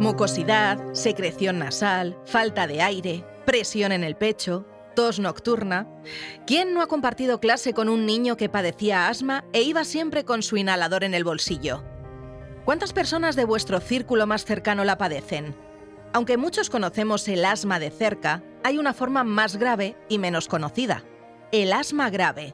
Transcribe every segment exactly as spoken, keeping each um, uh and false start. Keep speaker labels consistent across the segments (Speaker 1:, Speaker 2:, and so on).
Speaker 1: Mucosidad, secreción nasal, falta de aire, presión en el pecho, tos nocturna. ¿Quién no ha compartido clase con un niño que padecía asma e iba siempre con su inhalador en el bolsillo? ¿Cuántas personas de vuestro círculo más cercano la padecen? Aunque muchos conocemos el asma de cerca, hay una forma más grave y menos conocida: el asma grave.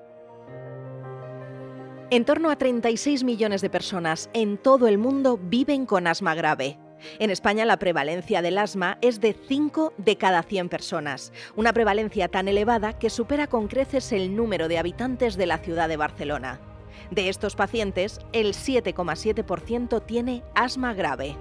Speaker 1: En torno a treinta y seis millones de personas en todo el mundo viven con asma grave. En España la prevalencia del asma es de cinco de cada cien personas, una prevalencia tan elevada que supera con creces el número de habitantes de la ciudad de Barcelona. De estos pacientes, el siete coma siete por ciento tiene asma grave.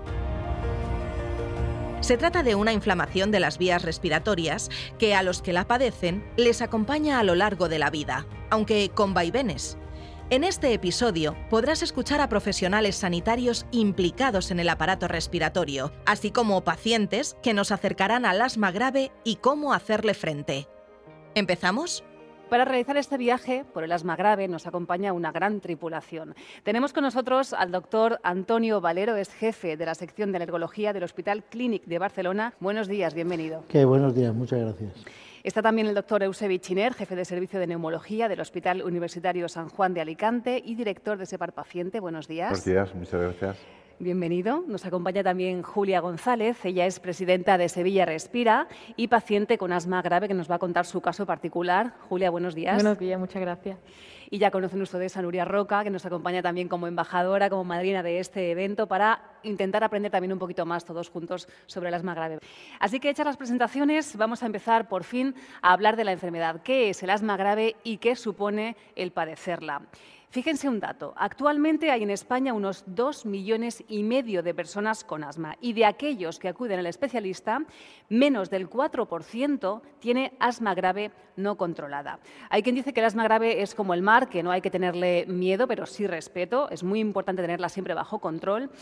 Speaker 1: Se trata de una inflamación de las vías respiratorias que a los que la padecen les acompaña a lo largo de la vida, aunque con vaivenes. En este episodio podrás escuchar a profesionales sanitarios implicados en el aparato respiratorio, así como pacientes que nos acercarán al asma grave y cómo hacerle frente. ¿Empezamos?
Speaker 2: Para realizar este viaje por el asma grave nos acompaña una gran tripulación. Tenemos con nosotros al doctor Antonio Valero, es jefe de la sección de alergología del Hospital Clínic de Barcelona. Buenos días, bienvenido.
Speaker 3: Qué buenos días, muchas gracias.
Speaker 2: Está también el doctor Eusebi Chiner, jefe de servicio de neumología del Hospital Universitario San Juan de Alicante y director de SEPAR Paciente. Buenos días.
Speaker 4: Buenos días, muchas gracias.
Speaker 2: Bienvenido. Nos acompaña también Julia González. Ella es presidenta de Sevilla Respira y paciente con asma grave, que nos va a contar su caso particular. Julia, buenos días.
Speaker 5: Buenos días, muchas gracias.
Speaker 2: Y ya conocen ustedes a Nuria Roca, que nos acompaña también como embajadora, como madrina de este evento, para intentar aprender también un poquito más todos juntos sobre el asma grave. Así que, hechas las presentaciones, vamos a empezar por fin a hablar de la enfermedad. ¿Qué es el asma grave y qué supone el padecerla? Fíjense un dato, actualmente hay en España unos dos millones y medio de personas con asma y de aquellos que acuden al especialista, menos del cuatro por ciento tiene asma grave no controlada. Hay quien dice que el asma grave es como el mar, que no hay que tenerle miedo, pero sí respeto, es muy importante tenerla siempre bajo control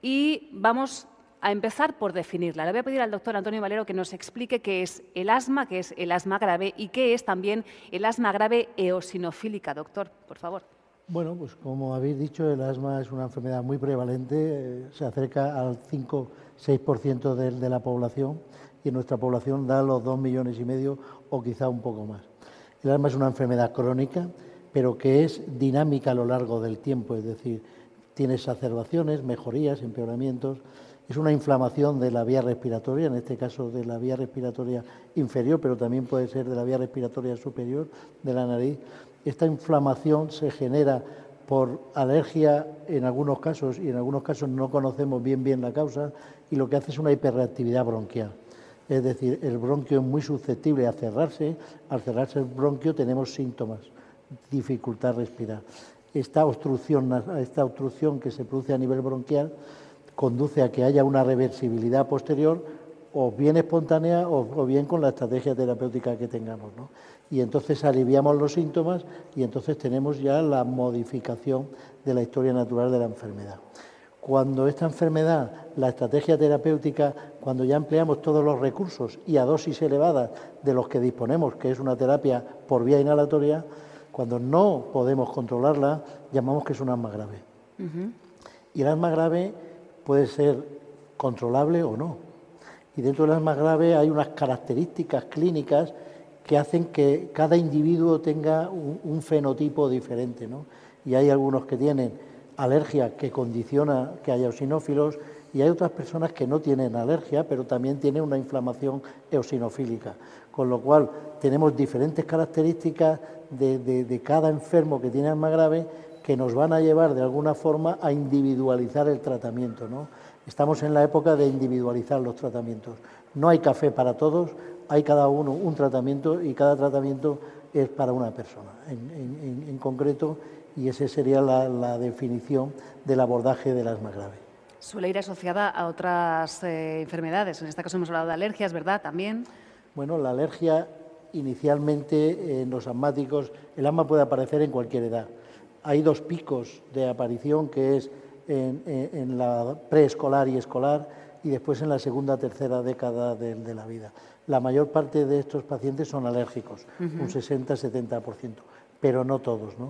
Speaker 2: y vamos a empezar por definirla. Le voy a pedir al doctor Antonio Valero que nos explique qué es el asma, qué es el asma grave y qué es también el asma grave eosinofílica. Doctor, por favor.
Speaker 3: Bueno, pues como habéis dicho, el asma es una enfermedad muy prevalente, eh, se acerca al cinco a seis por ciento de, de la población y en nuestra población da los dos millones y medio o quizá un poco más. El asma es una enfermedad crónica, pero que es dinámica a lo largo del tiempo, es decir, tiene exacerbaciones, mejorías, empeoramientos. Es una inflamación de la vía respiratoria, en este caso de la vía respiratoria inferior, pero también puede ser de la vía respiratoria superior, de la nariz. Esta inflamación se genera por alergia en algunos casos y en algunos casos no conocemos bien bien la causa y lo que hace es una hiperreactividad bronquial. Es decir, el bronquio es muy susceptible a cerrarse. Al cerrarse el bronquio tenemos síntomas, dificultad respirar. Esta obstrucción, esta obstrucción que se produce a nivel bronquial conduce a que haya una reversibilidad posterior, o bien espontánea o bien con la estrategia terapéutica que tengamos, ¿no? Y entonces aliviamos los síntomas y entonces tenemos ya la modificación de la historia natural de la enfermedad. Cuando esta enfermedad, la estrategia terapéutica, cuando ya empleamos todos los recursos y a dosis elevadas de los que disponemos, que es una terapia por vía inhalatoria, cuando no podemos controlarla, llamamos que es un asma grave. Uh-huh. Y el asma grave puede ser controlable o no. Y dentro del asma grave hay unas características clínicas que hacen que cada individuo tenga un, un fenotipo diferente, ¿no? Y hay algunos que tienen alergia que condiciona que haya eosinófilos y hay otras personas que no tienen alergia, pero también tienen una inflamación eosinofílica. Con lo cual tenemos diferentes características de, de, de cada enfermo que tiene asma grave que nos van a llevar de alguna forma a individualizar el tratamiento, ¿no? Estamos en la época de individualizar los tratamientos. No hay café para todos, hay cada uno un tratamiento y cada tratamiento es para una persona en, en, en concreto y esa sería la, la definición del abordaje del asma grave.
Speaker 2: Suele ir asociada a otras eh, enfermedades, en este caso hemos hablado de alergias, ¿verdad? También.
Speaker 3: Bueno, la alergia inicialmente en los asmáticos, el asma puede aparecer en cualquier edad. Hay dos picos de aparición que es en, en, en la preescolar y escolar y después en la segunda, tercera década de, de la vida. La mayor parte de estos pacientes son alérgicos, uh-huh. un sesenta a setenta por ciento, pero no todos, ¿no?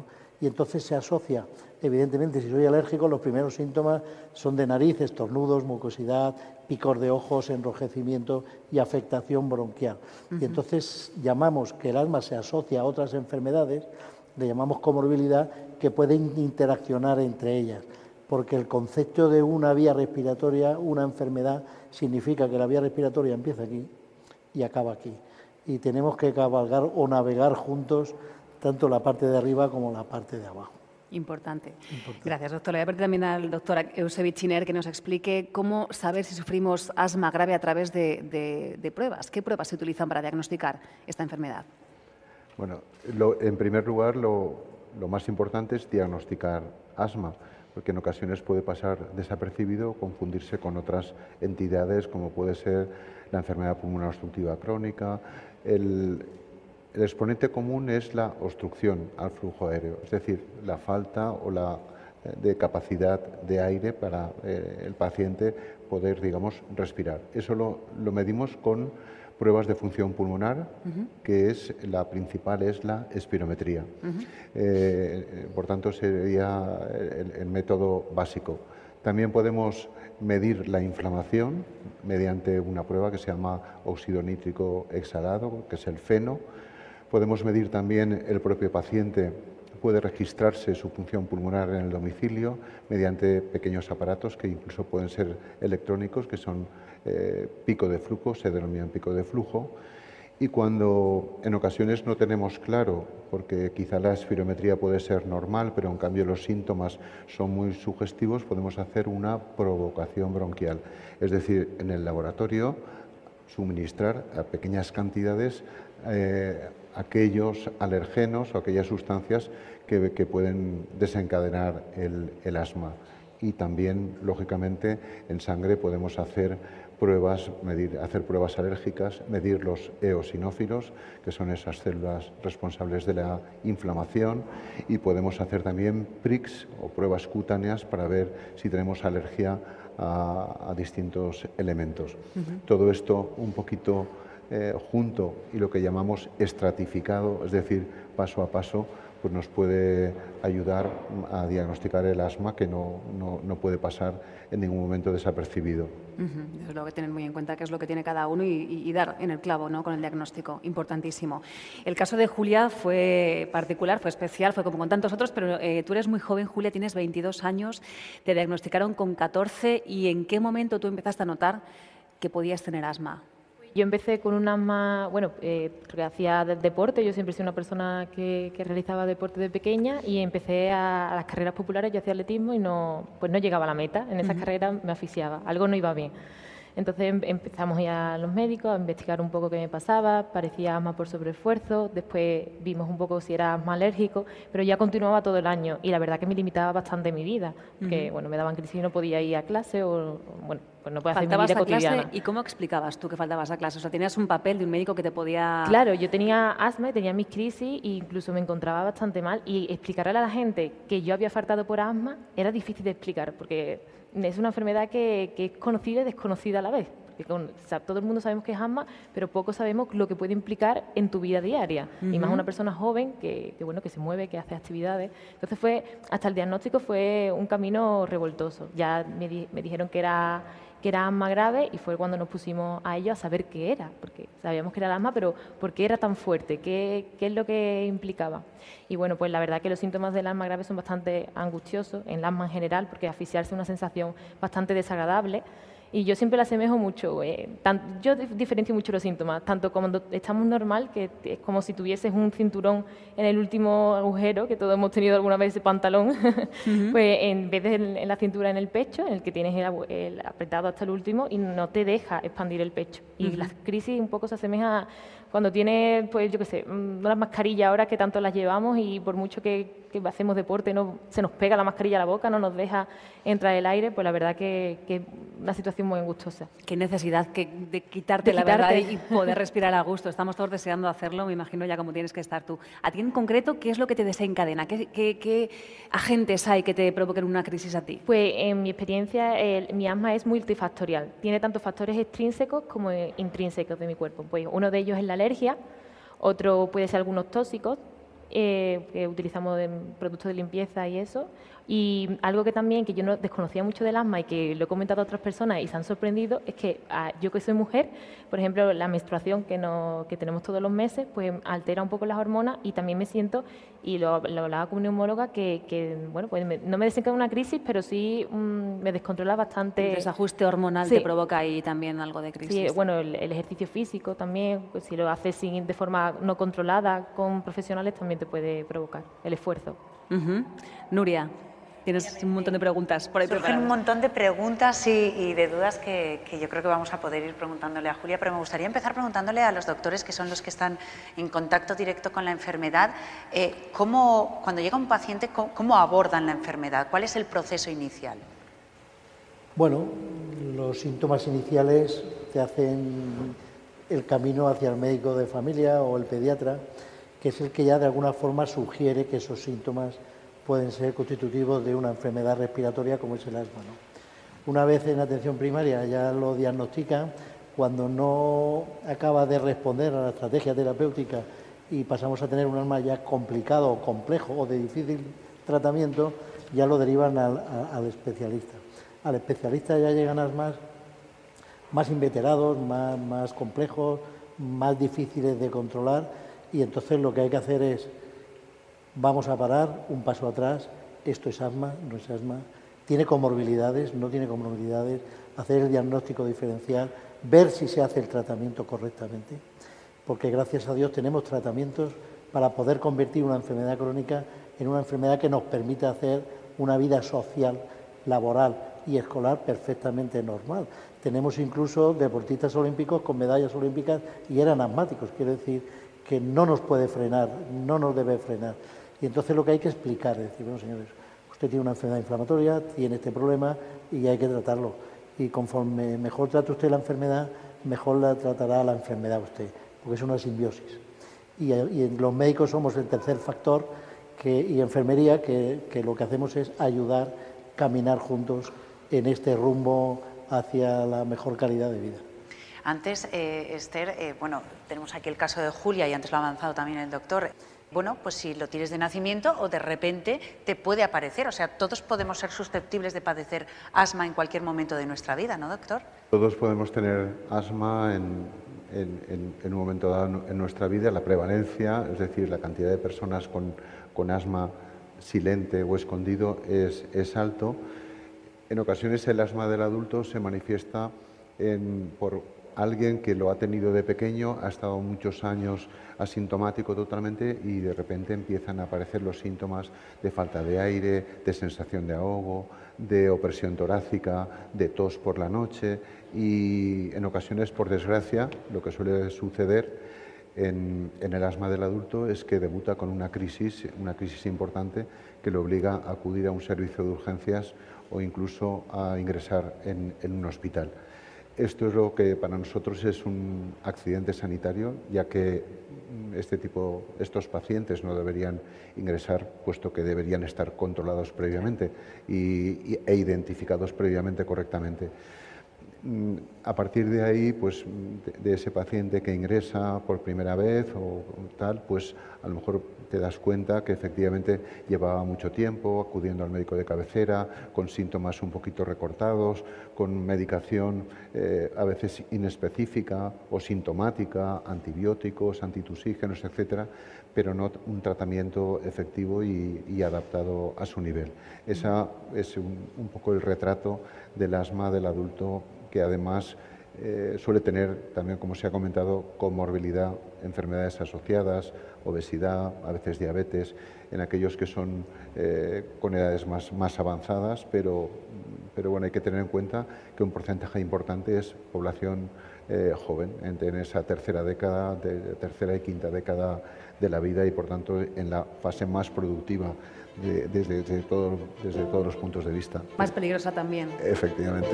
Speaker 3: y entonces se asocia, evidentemente, si soy alérgico, los primeros síntomas son de nariz, estornudos, mucosidad, picor de ojos, enrojecimiento y afectación bronquial. Uh-huh. Y entonces llamamos que el asma se asocia a otras enfermedades, le llamamos comorbilidad, que pueden interaccionar entre ellas, porque el concepto de una vía respiratoria, una enfermedad, significa que la vía respiratoria empieza aquí y acaba aquí. Y tenemos que cabalgar o navegar juntos tanto la parte de arriba como la parte de abajo.
Speaker 2: Importante. Importante. Gracias, doctor. Le voy a pedir también al doctor Eusebi Chiner que nos explique cómo saber si sufrimos asma grave a través de, de, de pruebas. ¿Qué pruebas se utilizan para diagnosticar esta enfermedad?
Speaker 4: Bueno, lo, en primer lugar, lo, lo más importante es diagnosticar asma, porque en ocasiones puede pasar desapercibido, confundirse con otras entidades, como puede ser la enfermedad pulmonar obstructiva crónica. El, el exponente común es la obstrucción al flujo aéreo, es decir, la falta o la de capacidad de aire para eh, el paciente poder, digamos, respirar. Eso lo, lo medimos con pruebas de función pulmonar, uh-huh. que es la principal es la espirometría. Uh-huh. eh, por tanto, sería el, el método básico. También podemos medir la inflamación mediante una prueba que se llama óxido nítrico exhalado, que es el feno. Podemos medir también el propio paciente, puede registrarse su función pulmonar en el domicilio mediante pequeños aparatos que incluso pueden ser electrónicos, que son eh, pico de flujo, se denominan pico de flujo. Y cuando en ocasiones no tenemos claro, porque quizá la espirometría puede ser normal, pero en cambio los síntomas son muy sugestivos, podemos hacer una provocación bronquial. Es decir, en el laboratorio suministrar a pequeñas cantidades eh, aquellos alergenos o aquellas sustancias que, que pueden desencadenar el, el asma. Y también, lógicamente, en sangre podemos hacer pruebas, medir, hacer pruebas alérgicas, medir los eosinófilos, que son esas células responsables de la inflamación, y podemos hacer también pricks o pruebas cutáneas para ver si tenemos alergia a, a distintos elementos. Uh-huh. Todo esto un poquito eh, junto y lo que llamamos estratificado, es decir, paso a paso, pues nos puede ayudar a diagnosticar el asma, que no, no, no puede pasar en ningún momento desapercibido.
Speaker 2: Uh-huh. Eso es lo que tener muy en cuenta, qué es lo que tiene cada uno y, y, y dar en el clavo, ¿no?, con el diagnóstico, importantísimo. El caso de Julia fue particular, fue especial, fue como con tantos otros, pero eh, tú eres muy joven, Julia, tienes veintidós años, te diagnosticaron con catorce, ¿y en qué momento tú empezaste a notar que podías tener asma?
Speaker 5: Yo empecé con un asma, bueno, eh, porque hacía deporte, yo siempre he sido una persona que, que realizaba deporte de pequeña, y empecé a, a las carreras populares, yo hacía atletismo y no, pues no llegaba a la meta, en esas uh-huh. carreras me asfixiaba, algo no iba bien. Entonces empezamos ya a los médicos a investigar un poco qué me pasaba, parecía asma por sobreesfuerzo, después vimos un poco si era asma alérgico, pero ya continuaba todo el año y la verdad que me limitaba bastante mi vida, porque uh-huh. bueno, me daban crisis y no podía ir a clase o bueno, pues no podía hacer mi vida cotidiana.
Speaker 2: Clase, ¿y cómo explicabas tú que faltabas a clase? O sea, ¿tenías un papel de un médico que te podía...?
Speaker 5: Claro, yo tenía asma y tenía mis crisis e incluso me encontraba bastante mal, y explicarle a la gente que yo había faltado por asma era difícil de explicar, porque es una enfermedad que, que es conocida y desconocida a la vez. Porque con, o sea, todo el mundo sabemos que es asma, pero poco sabemos lo que puede implicar en tu vida diaria. Uh-huh. Y más una persona joven que, que, bueno, que se mueve, que hace actividades. Entonces, fue, hasta el diagnóstico fue un camino revoltoso. Ya me, di, me dijeron que era, que era asma grave, y fue cuando nos pusimos a ello a saber qué era. Porque sabíamos que era el asma, pero ¿por qué era tan fuerte? ¿Qué, qué es lo que implicaba? Y bueno, pues la verdad que los síntomas del asma grave son bastante angustiosos, en el asma en general, porque asfixiarse es una sensación bastante desagradable. Y yo siempre la asemejo mucho, eh, tan, yo diferencio mucho los síntomas, tanto cuando estamos normal, que es como si tuvieses un cinturón en el último agujero, que todos hemos tenido alguna vez ese pantalón, uh-huh. pues en vez de en, en la cintura, en el pecho, en el que tienes el, el apretado hasta el último y no te deja expandir el pecho. Y uh-huh. las crisis un poco se asemejan cuando tienes, pues yo qué sé, unas mascarillas ahora que tanto las llevamos, y por mucho que, que hacemos deporte no se nos pega la mascarilla a la boca, no nos deja entrar el aire, pues la verdad que, que es una situación muy angustiosa.
Speaker 2: Qué necesidad que, de quitarte de la quitarte. verdad y poder respirar a gusto. Estamos todos deseando hacerlo, me imagino ya como tienes que estar tú. A ti en concreto, ¿qué es lo que te desencadena? ¿Qué, qué, qué agentes hay que te provoquen una crisis a ti?
Speaker 5: Pues en mi experiencia, el, mi asma es multifactorial. Tiene tanto factores extrínsecos como intrínsecos de mi cuerpo. Pues uno de ellos es la alergia, otro puede ser algunos tóxicos, eh, que utilizamos de productos de limpieza y eso. Y algo que también, que yo no desconocía mucho del asma y que lo he comentado a otras personas y se han sorprendido, es que ah, yo que soy mujer, por ejemplo, la menstruación que, no, que tenemos todos los meses, pues altera un poco las hormonas y también me siento, y lo, lo hablaba con una neumóloga, que, que bueno, pues me, no me desencadena una crisis, pero sí mmm, me descontrola bastante.
Speaker 2: El desajuste hormonal
Speaker 5: sí.
Speaker 2: te provoca ahí también algo de crisis.
Speaker 5: Sí, bueno, el, el ejercicio físico también, pues si lo haces sin, de forma no controlada con profesionales, también te puede provocar el esfuerzo.
Speaker 2: Uh-huh. Nuria. Tienes un montón de preguntas por ahí
Speaker 6: Surgen
Speaker 2: preparadas.
Speaker 6: un montón de preguntas y, y de dudas que, que yo creo que vamos a poder ir preguntándole a Julia, pero me gustaría empezar preguntándole a los doctores, que son los que están en contacto directo con la enfermedad, eh, ¿cómo, cuando llega un paciente, cómo, cómo abordan la enfermedad? ¿Cuál es el proceso inicial?
Speaker 3: Bueno, los síntomas iniciales te hacen el camino hacia el médico de familia o el pediatra, que es el que ya de alguna forma sugiere que esos síntomas pueden ser constitutivos de una enfermedad respiratoria como es el asma, ¿no? Una vez en atención primaria ya lo diagnostican, cuando no acaba de responder a la estrategia terapéutica y pasamos a tener un asma ya complicado o complejo o de difícil tratamiento, ya lo derivan al, a, al especialista. Al especialista ya llegan asmas más inveterados, más, más complejos, más difíciles de controlar, y entonces lo que hay que hacer es: vamos a parar, un paso atrás, esto es asma, no es asma, tiene comorbilidades, no tiene comorbilidades, hacer el diagnóstico diferencial, ver si se hace el tratamiento correctamente, porque gracias a Dios tenemos tratamientos para poder convertir una enfermedad crónica en una enfermedad que nos permita hacer una vida social, laboral y escolar perfectamente normal. Tenemos incluso deportistas olímpicos con medallas olímpicas y eran asmáticos, quiero decir que no nos puede frenar, no nos debe frenar. Y entonces lo que hay que explicar es decir, bueno, señores, usted tiene una enfermedad inflamatoria, tiene este problema y hay que tratarlo. Y conforme mejor trate usted la enfermedad, mejor la tratará la enfermedad usted, porque es una simbiosis. Y, y los médicos somos el tercer factor que, y enfermería, que, que lo que hacemos es ayudar, caminar juntos en este rumbo hacia la mejor calidad de vida.
Speaker 6: Antes, eh, Esther, eh, bueno, tenemos aquí el caso de Julia y antes lo ha avanzado también el doctor. Bueno, pues si lo tienes de nacimiento o de repente te puede aparecer, o sea, todos podemos ser susceptibles de padecer asma en cualquier momento de nuestra vida, ¿no, doctor?
Speaker 4: Todos podemos tener asma en, en, en, en un momento dado en nuestra vida. La prevalencia, es decir, la cantidad de personas con, con asma silente o escondido es, es alto. En ocasiones el asma del adulto se manifiesta en, por alguien que lo ha tenido de pequeño, ha estado muchos años asintomático totalmente y de repente empiezan a aparecer los síntomas de falta de aire, de sensación de ahogo, de opresión torácica, de tos por la noche y en ocasiones, por desgracia, lo que suele suceder en, en el asma del adulto es que debuta con una crisis, una crisis importante que le obliga a acudir a un servicio de urgencias o incluso a ingresar en, en un hospital. Esto es lo que para nosotros es un accidente sanitario, ya que este tipo, estos pacientes no deberían ingresar, puesto que deberían estar controlados previamente y, e identificados previamente correctamente. A partir de ahí, pues de, de ese paciente que ingresa por primera vez o tal, pues a lo mejor te das cuenta que efectivamente llevaba mucho tiempo acudiendo al médico de cabecera, con síntomas un poquito recortados, con medicación eh, a veces inespecífica o sintomática, antibióticos, antitusígenos, etcétera, pero no un tratamiento efectivo y, y adaptado a su nivel. Ese es un, un poco el retrato del asma del adulto, que además eh, suele tener también, como se ha comentado, comorbilidad, enfermedades asociadas, obesidad, a veces diabetes, en aquellos que son eh, con edades más, más avanzadas, pero, pero bueno, hay que tener en cuenta que un porcentaje importante es población eh, joven, en, en esa tercera década, de, de tercera y quinta década de la vida y por tanto en la fase más productiva de, desde, desde, todo, desde todos los puntos de vista.
Speaker 2: Más peligrosa también.
Speaker 4: Efectivamente.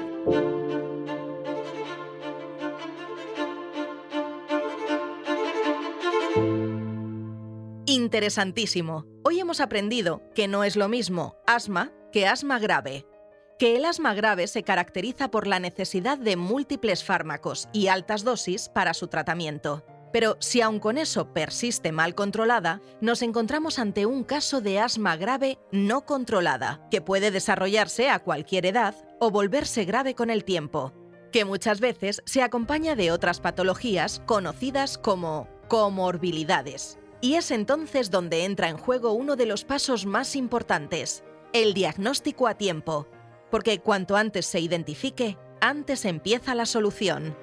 Speaker 1: Interesantísimo. Hoy hemos aprendido que no es lo mismo asma que asma grave. Que el asma grave se caracteriza por la necesidad de múltiples fármacos y altas dosis para su tratamiento. Pero si aun con eso persiste mal controlada, nos encontramos ante un caso de asma grave no controlada, que puede desarrollarse a cualquier edad o volverse grave con el tiempo, que muchas veces se acompaña de otras patologías conocidas como comorbilidades. Y es entonces donde entra en juego uno de los pasos más importantes, el diagnóstico a tiempo, porque cuanto antes se identifique, antes empieza la solución.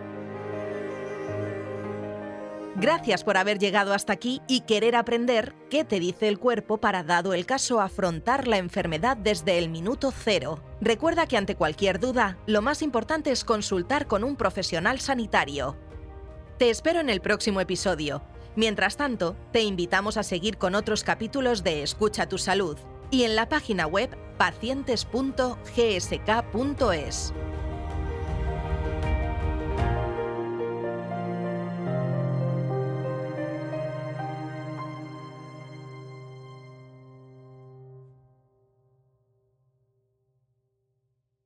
Speaker 1: Gracias por haber llegado hasta aquí y querer aprender qué te dice el cuerpo para, dado el caso, afrontar la enfermedad desde el minuto cero. Recuerda que ante cualquier duda, lo más importante es consultar con un profesional sanitario. Te espero en el próximo episodio. Mientras tanto, te invitamos a seguir con otros capítulos de Escucha tu Salud y en la página web pacientes punto g s k punto es.